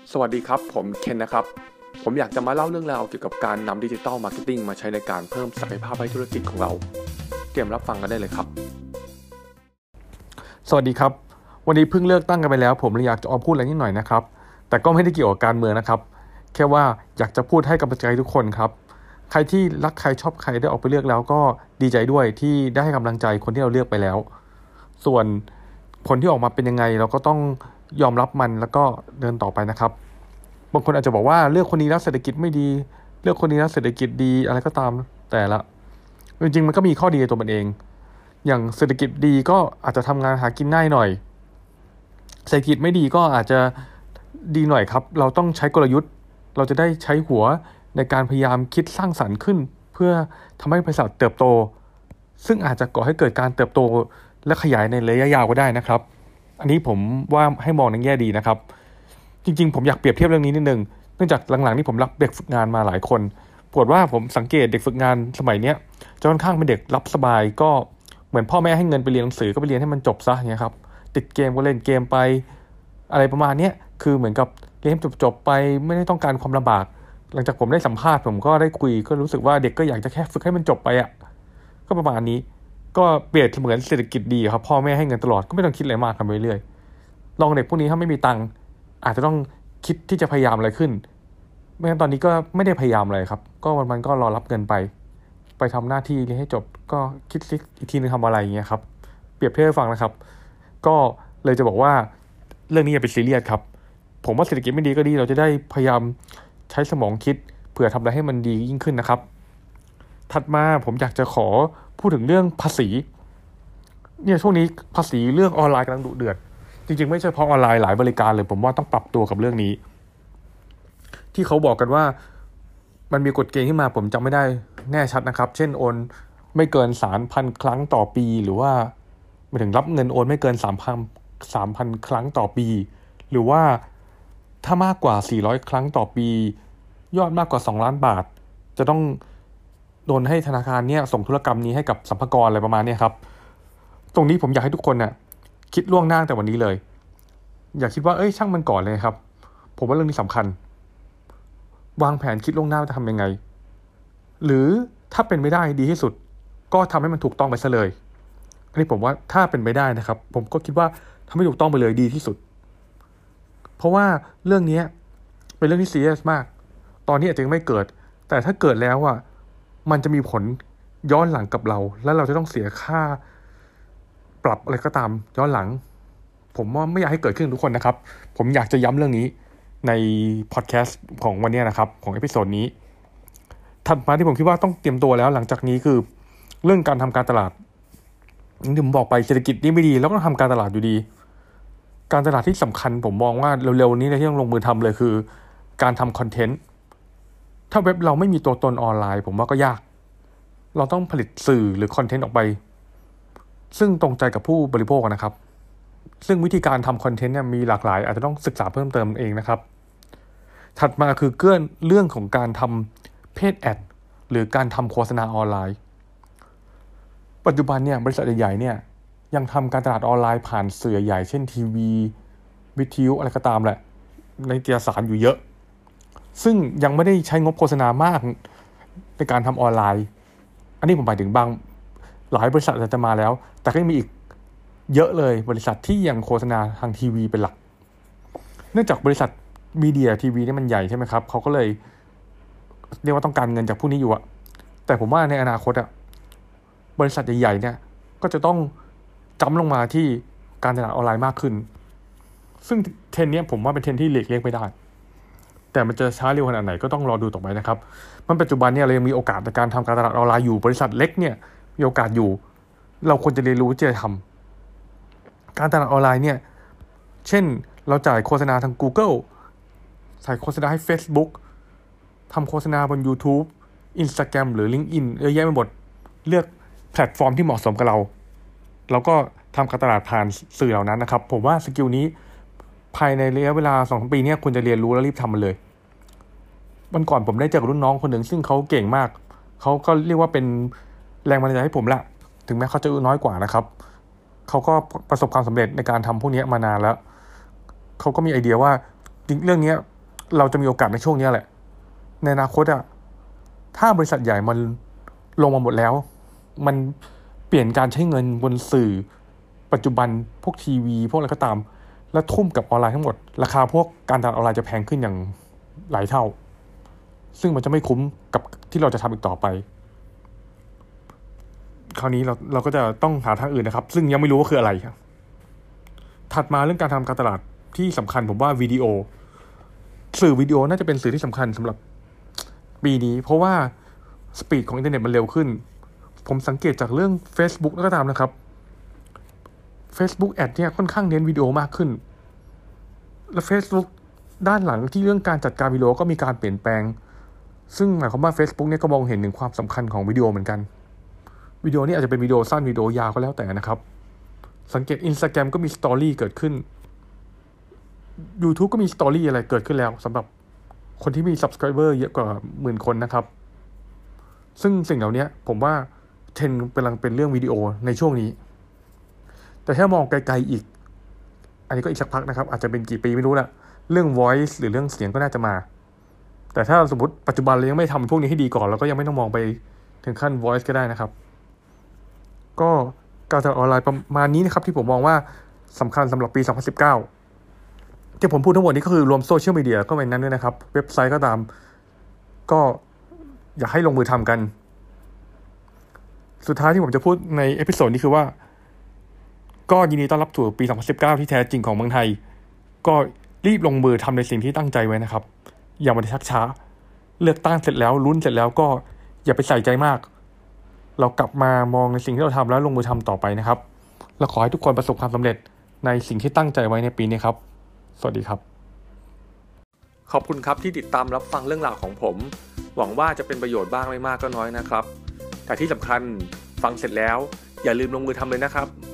สวัสดีครับผมเคนนะครับผมอยากจะมาเล่าเรื่องราวเกี่ยวกับการนำดิจิทัลมาร์เก็ตติ้งมาใช้ในการเพิ่มศักยภาพให้ธุรกิจของเราเตรียมรับฟังกันได้เลยครับสวัสดีครับวันนี้เพิ่งเลือกตั้งกันไปแล้วผมเลยอยากจะพูดอะไรนิดหน่อยนะครับแต่ก็ไม่ได้เกี่ยวกับการเมืองนะครับแค่ว่าอยากจะพูดให้กำลังใจทุกคนครับใครที่รักใครชอบใครได้ออกไปเลือกแล้วก็ดีใจด้วยที่ได้ให้กำลังใจคนที่เราเลือกไปแล้วส่วนผลที่ออกมาเป็นยังไงเราก็ต้องยอมรับมันแล้วก็เดินต่อไปนะครับบางคนอาจจะบอกว่าเลือกคนนี้แล้วเศรษฐกิจไม่ดีเลือกคนนี้แล้วเศรษฐกิจดีอะไรก็ตามแต่ละจริงๆมันก็มีข้อดีในตัวมันเองอย่างเศรษฐกิจดีก็อาจจะทำงานหากินง่ายหน่อยเศรษฐกิจไม่ดีก็อาจจะดีหน่อยครับเราต้องใช้กลยุทธ์เราจะได้ใช้หัวในการพยายามคิดสร้างสรรค์ขึ้นเพื่อทำให้บริษัทเติบโตซึ่งอาจจะก่อให้เกิดการเติบโตและขยายในระยะยาวก็ได้นะครับอันนี้ผมว่าให้มองในแง่ดีนะครับจริงๆผมอยากเปรียบเทียบเรื่องนี้นิดนึงเนื่องจากหลังๆนี้ผมรับเด็กฝึกงานมาหลายคนปรากฏว่าผมสังเกตเด็กฝึกงานสมัยเนี้ยจะค่อนข้างเป็นเด็กรับสบายก็เหมือนพ่อแม่ให้เงินไปเรียนหนังสือก็ไปเรียนให้มันจบซะอย่างเงี้ยครับติดเกมก็เล่นเกมไปอะไรประมาณนี้คือเหมือนกับเรียนจบไปไม่ได้ต้องการความลำบากหลังจากผมได้สัมภาษณ์ผมก็ได้คุยก็รู้สึกว่าเด็กก็อยากจะแค่ฝึกให้มันจบไปก็ประมาณนี้ก็เปรียบเหมือนเศรษฐกิจดีครับพ่อแม่ให้เงินตลอดก็ไม่ต้องคิดอะไรมากกันไปเรื่อยลองเด็กพวกนี้ถ้าไม่มีตังค์อาจจะต้องคิดที่จะพยายามอะไรขึ้นไม่งั้นตอนนี้ก็ไม่ได้พยายามอะไรครับก็วันๆก็รอรับเงินไปทำหน้าที่เรียนให้จบก็คิดอีกทีนึงทำอะไรอย่างเงี้ยครับเปรียบเทียบให้ฟังนะครับก็เลยจะบอกว่าเรื่องนี้อย่าไปซีเรียสครับผมว่าเศรษฐกิจไม่ดีก็ดีเราจะได้พยายามใช้สมองคิดเผื่อทำอะไรให้มันดียิ่งขึ้นนะครับถัดมาผมอยากจะขอพูดถึงเรื่องภาษีเนี่ยช่วงนี้ภาษีเรื่องออนไลน์กำลังดุเดือดจริงๆไม่ใช่เพราะออนไลน์หลายบริการเลยผมว่าต้องปรับตัวกับเรื่องนี้ที่เขาบอกกันว่ามันมีกฎเกณฑ์ขึ้นมาผมจำไม่ได้แน่ชัดนะครับเช่นโอนไม่เกิน 3,000 ครั้งต่อปีหรือว่าหมายถึงรับเงินโอนไม่เกิน 3,000 ครั้งต่อปีหรือว่าถ้ามากกว่า400ครั้งต่อปียอดมากกว่า2ล้านบาทจะต้องโดนให้ธนาคารเนี่ยส่งธุรกรรมนี้ให้กับสรรพากรอะไรประมาณนี้ครับตรงนี้ผมอยากให้ทุกคนน่ะคิดล่วงหน้าแต่วันนี้เลยอย่าคิดว่าช่างมันก่อนเลยครับผมว่าเรื่องนี้สำคัญวางแผนคิดล่วงหน้าว่าจะทำยังไงหรือถ้าเป็นไม่ได้ดีที่สุดก็ทำให้มันถูกต้องไปซะเลยอันนี้ผมว่าถ้าเป็นไม่ได้นะครับผมก็คิดว่าทำให้ถูกต้องไปเลยดีที่สุดเพราะว่าเรื่องนี้เป็นเรื่องที่ซีเรียสมากตอนนี้อาจจะยังไม่เกิดแต่ถ้าเกิดแล้วมันจะมีผลย้อนหลังกับเราแล้วเราจะต้องเสียค่าปรับอะไรก็ตามย้อนหลังผมว่าไม่อยากให้เกิดขึ้นทุกคนนะครับผมอยากจะย้ำเรื่องนี้ในพอดแคสต์ของวันนี้นะครับของเอพิโซดนี้ถัดมาที่ผมคิดว่าต้องเตรียมตัวแล้วหลังจากนี้คือเรื่องการทำการตลาดอย่างที่ผมบอกไปเศรษฐกิจนี่ไม่ดีแล้วก็ต้องทำการตลาดอยู่ดีการตลาดที่สำคัญผมมองว่าเร็วๆนี้ที่ต้องลงมือทำเลยคือการทำคอนเทนต์ถ้าเว็บเราไม่มีตัวตนออนไลน์ผมว่าก็ยากเราต้องผลิตสื่อหรือคอนเทนต์ออกไปซึ่งตรงใจกับผู้บริโภคนะครับซึ่งวิธีการทำคอนเทนต์เนี่ยมีหลากหลายอาจจะต้องศึกษาเพิ่มเติมเองนะครับถัดมาคือเรื่องของการทำเพจแอดหรือการทำโฆษณาออนไลน์ปัจจุบันเนี่ยบริษัทใหญ่ๆเนี่ยยังทำการตลาดออนไลน์ผ่านสื่อใหญ่เช่นทีวีวิทยุอะไรก็ตามแหละในนิตยสารอยู่เยอะซึ่งยังไม่ได้ใช้งบโฆษณามากในการทำออนไลน์อันนี้ผมหมายถึงหลายบริษัทจะมาแล้วแต่ก็ยังมีอีกเยอะเลยบริษัทที่ยังโฆษณาทางทีวีเป็นหลักเนื่องจากบริษัทมีเดียทีวีนี่มันใหญ่ใช่ไหมครับเขาก็เลยเรียกว่าต้องการเงินจากผู้นี้อยู่แต่ผมว่าในอนาคตบริษัทใหญ่ๆเนี่ยก็จะต้องจ้ำลงมาที่การตลาดออนไลน์มากขึ้นซึ่งเทรนด์นี้ผมว่าเป็นเทรนด์ที่หลีกเลี่ยงไม่ได้แต่มันจะช้าเร็วขนาดไหนก็ต้องรอดูต่อไปนะครับมันปัจจุบันเนี่ยเรายังมีโอกาสในการทำการตลาดออนไลน์อยู่บริษัทเล็กเนี่ยมีโอกาสอยู่เราควรจะเรียนรู้ที่จะทำการตลาดออนไลน์เนี่ยเช่นเราจ่ายโฆษณาทาง Google ใส่โฆษณาให้ Facebook ทำโฆษณาบน YouTube Instagram หรือ LinkedIn เยอะแยะไปหมดเลือกแพลตฟอร์มที่เหมาะสมกับเราแล้วก็ทำการตลาดผ่านสื่อเหล่านั้นนะครับผมว่าสกิลนี้ภายในระยะเวลา 2 ปีนี้คุณจะเรียนรู้แล้วรีบทำมันเลยวันก่อนผมได้เจอกับรุ่นน้องคนหนึ่งซึ่งเขาเก่งมากเขาก็เรียกว่าเป็นแรงบันดาลใจให้ผมละถึงแม้เขาจะอายุน้อยกว่านะครับเขาก็ประสบความสำเร็จในการทำพวกนี้มานานแล้วเขาก็มีไอเดียว่าเรื่องนี้เราจะมีโอกาสในช่วงนี้แหละในอนาคตถ้าบริษัทใหญ่มันลงมาหมดแล้วมันเปลี่ยนการใช้เงินบนสื่อปัจจุบันพวกทีวีพวกอะไรก็ตามแล้วทุ่มกับออนไลน์ทั้งหมดราคาพวกการตลาดออนไลน์จะแพงขึ้นอย่างหลายเท่าซึ่งมันจะไม่คุ้มกับที่เราจะทำอีกต่อไปคราวนี้เราก็จะต้องหาทางอื่นนะครับซึ่งยังไม่รู้ว่าคืออะไรครับถัดมาเรื่องการทำการตลาดที่สำคัญผมว่าวิดีโอสื่อวิดีโอน่าจะเป็นสื่อที่สำคัญสำหรับปีนี้เพราะว่าสปีดของอินเทอร์เน็ตมันเร็วขึ้นผมสังเกตจากเรื่อง Facebook แล้วก็ตามนะครับ Facebook Ad เนี่ยค่อนข้างเน้นวิดีโอมากขึ้นและ Facebook ด้านหลังที่เรื่องการจัดการวิดีโอก็มีการเปลี่ยนแปลงซึ่งหมายความว่า Facebook เนี่ยก็มองเห็นถึงความสำคัญของวิดีโอเหมือนกันวิดีโอนี่อาจจะเป็นวิดีโอสั้นวิดีโอยาวก็แล้วแต่นะครับสังเกต Instagram ก็มีสตอรี่เกิดขึ้น YouTube ก็มีสตอรี่อะไรเกิดขึ้นแล้วสำหรับคนที่มี Subscriber เยอะกว่า10,000 คนนะครับซึ่งสิ่งเหล่านี้ผมว่าเทรนด์กำลังเป็นเรื่องวิดีโอในช่วงนี้แต่ถ้ามองไกลๆอีกอันนี้ก็อีกสักพักนะครับอาจจะเป็นกี่ปีไม่รู้ละเรื่อง voice หรือเรื่องเสียงก็น่าจะมาแต่ถ้าสมมติปัจจุบันเรายังไม่ทำพวกนี้ให้ดีก่อนเราก็ยังไม่ต้องมองไปถึงขั้น voice ก็ได้นะครับก็การตลาดออนไลน์ประมาณนี้นะครับที่ผมมองว่าสำคัญสำหรับปี 2019 ที่ผมพูดทั้งหมดนี้ก็คือรวมโซเชียลมีเดียก็เป็นนั้นด้วยนะครับเว็บไซต์ก็ตามก็อยากให้ลงมือทำกันสุดท้ายที่ผมจะพูดในเอพิโซดนี้คือว่าก็ยินดีต้อนรับสู่ปี 2019 ที่แท้จริงของเมืองไทยก็รีบลงมือทำในสิ่งที่ตั้งใจไว้นะครับอย่ามาชักช้าเลือกตั้งเสร็จแล้วลุ้นเสร็จแล้วก็อย่าไปใส่ใจมากเรากลับมามองในสิ่งที่เราทำแล้วลงมือทำต่อไปนะครับและขอให้ทุกคนประสบความสำเร็จในสิ่งที่ตั้งใจไว้ในปีนี้ครับสวัสดีครับขอบคุณครับที่ติดตามรับฟังเรื่องราวของผมหวังว่าจะเป็นประโยชน์บ้างไม่มากก็น้อยนะครับแต่ที่สำคัญฟังเสร็จแล้วอย่าลืมลงมือทำเลยนะครับ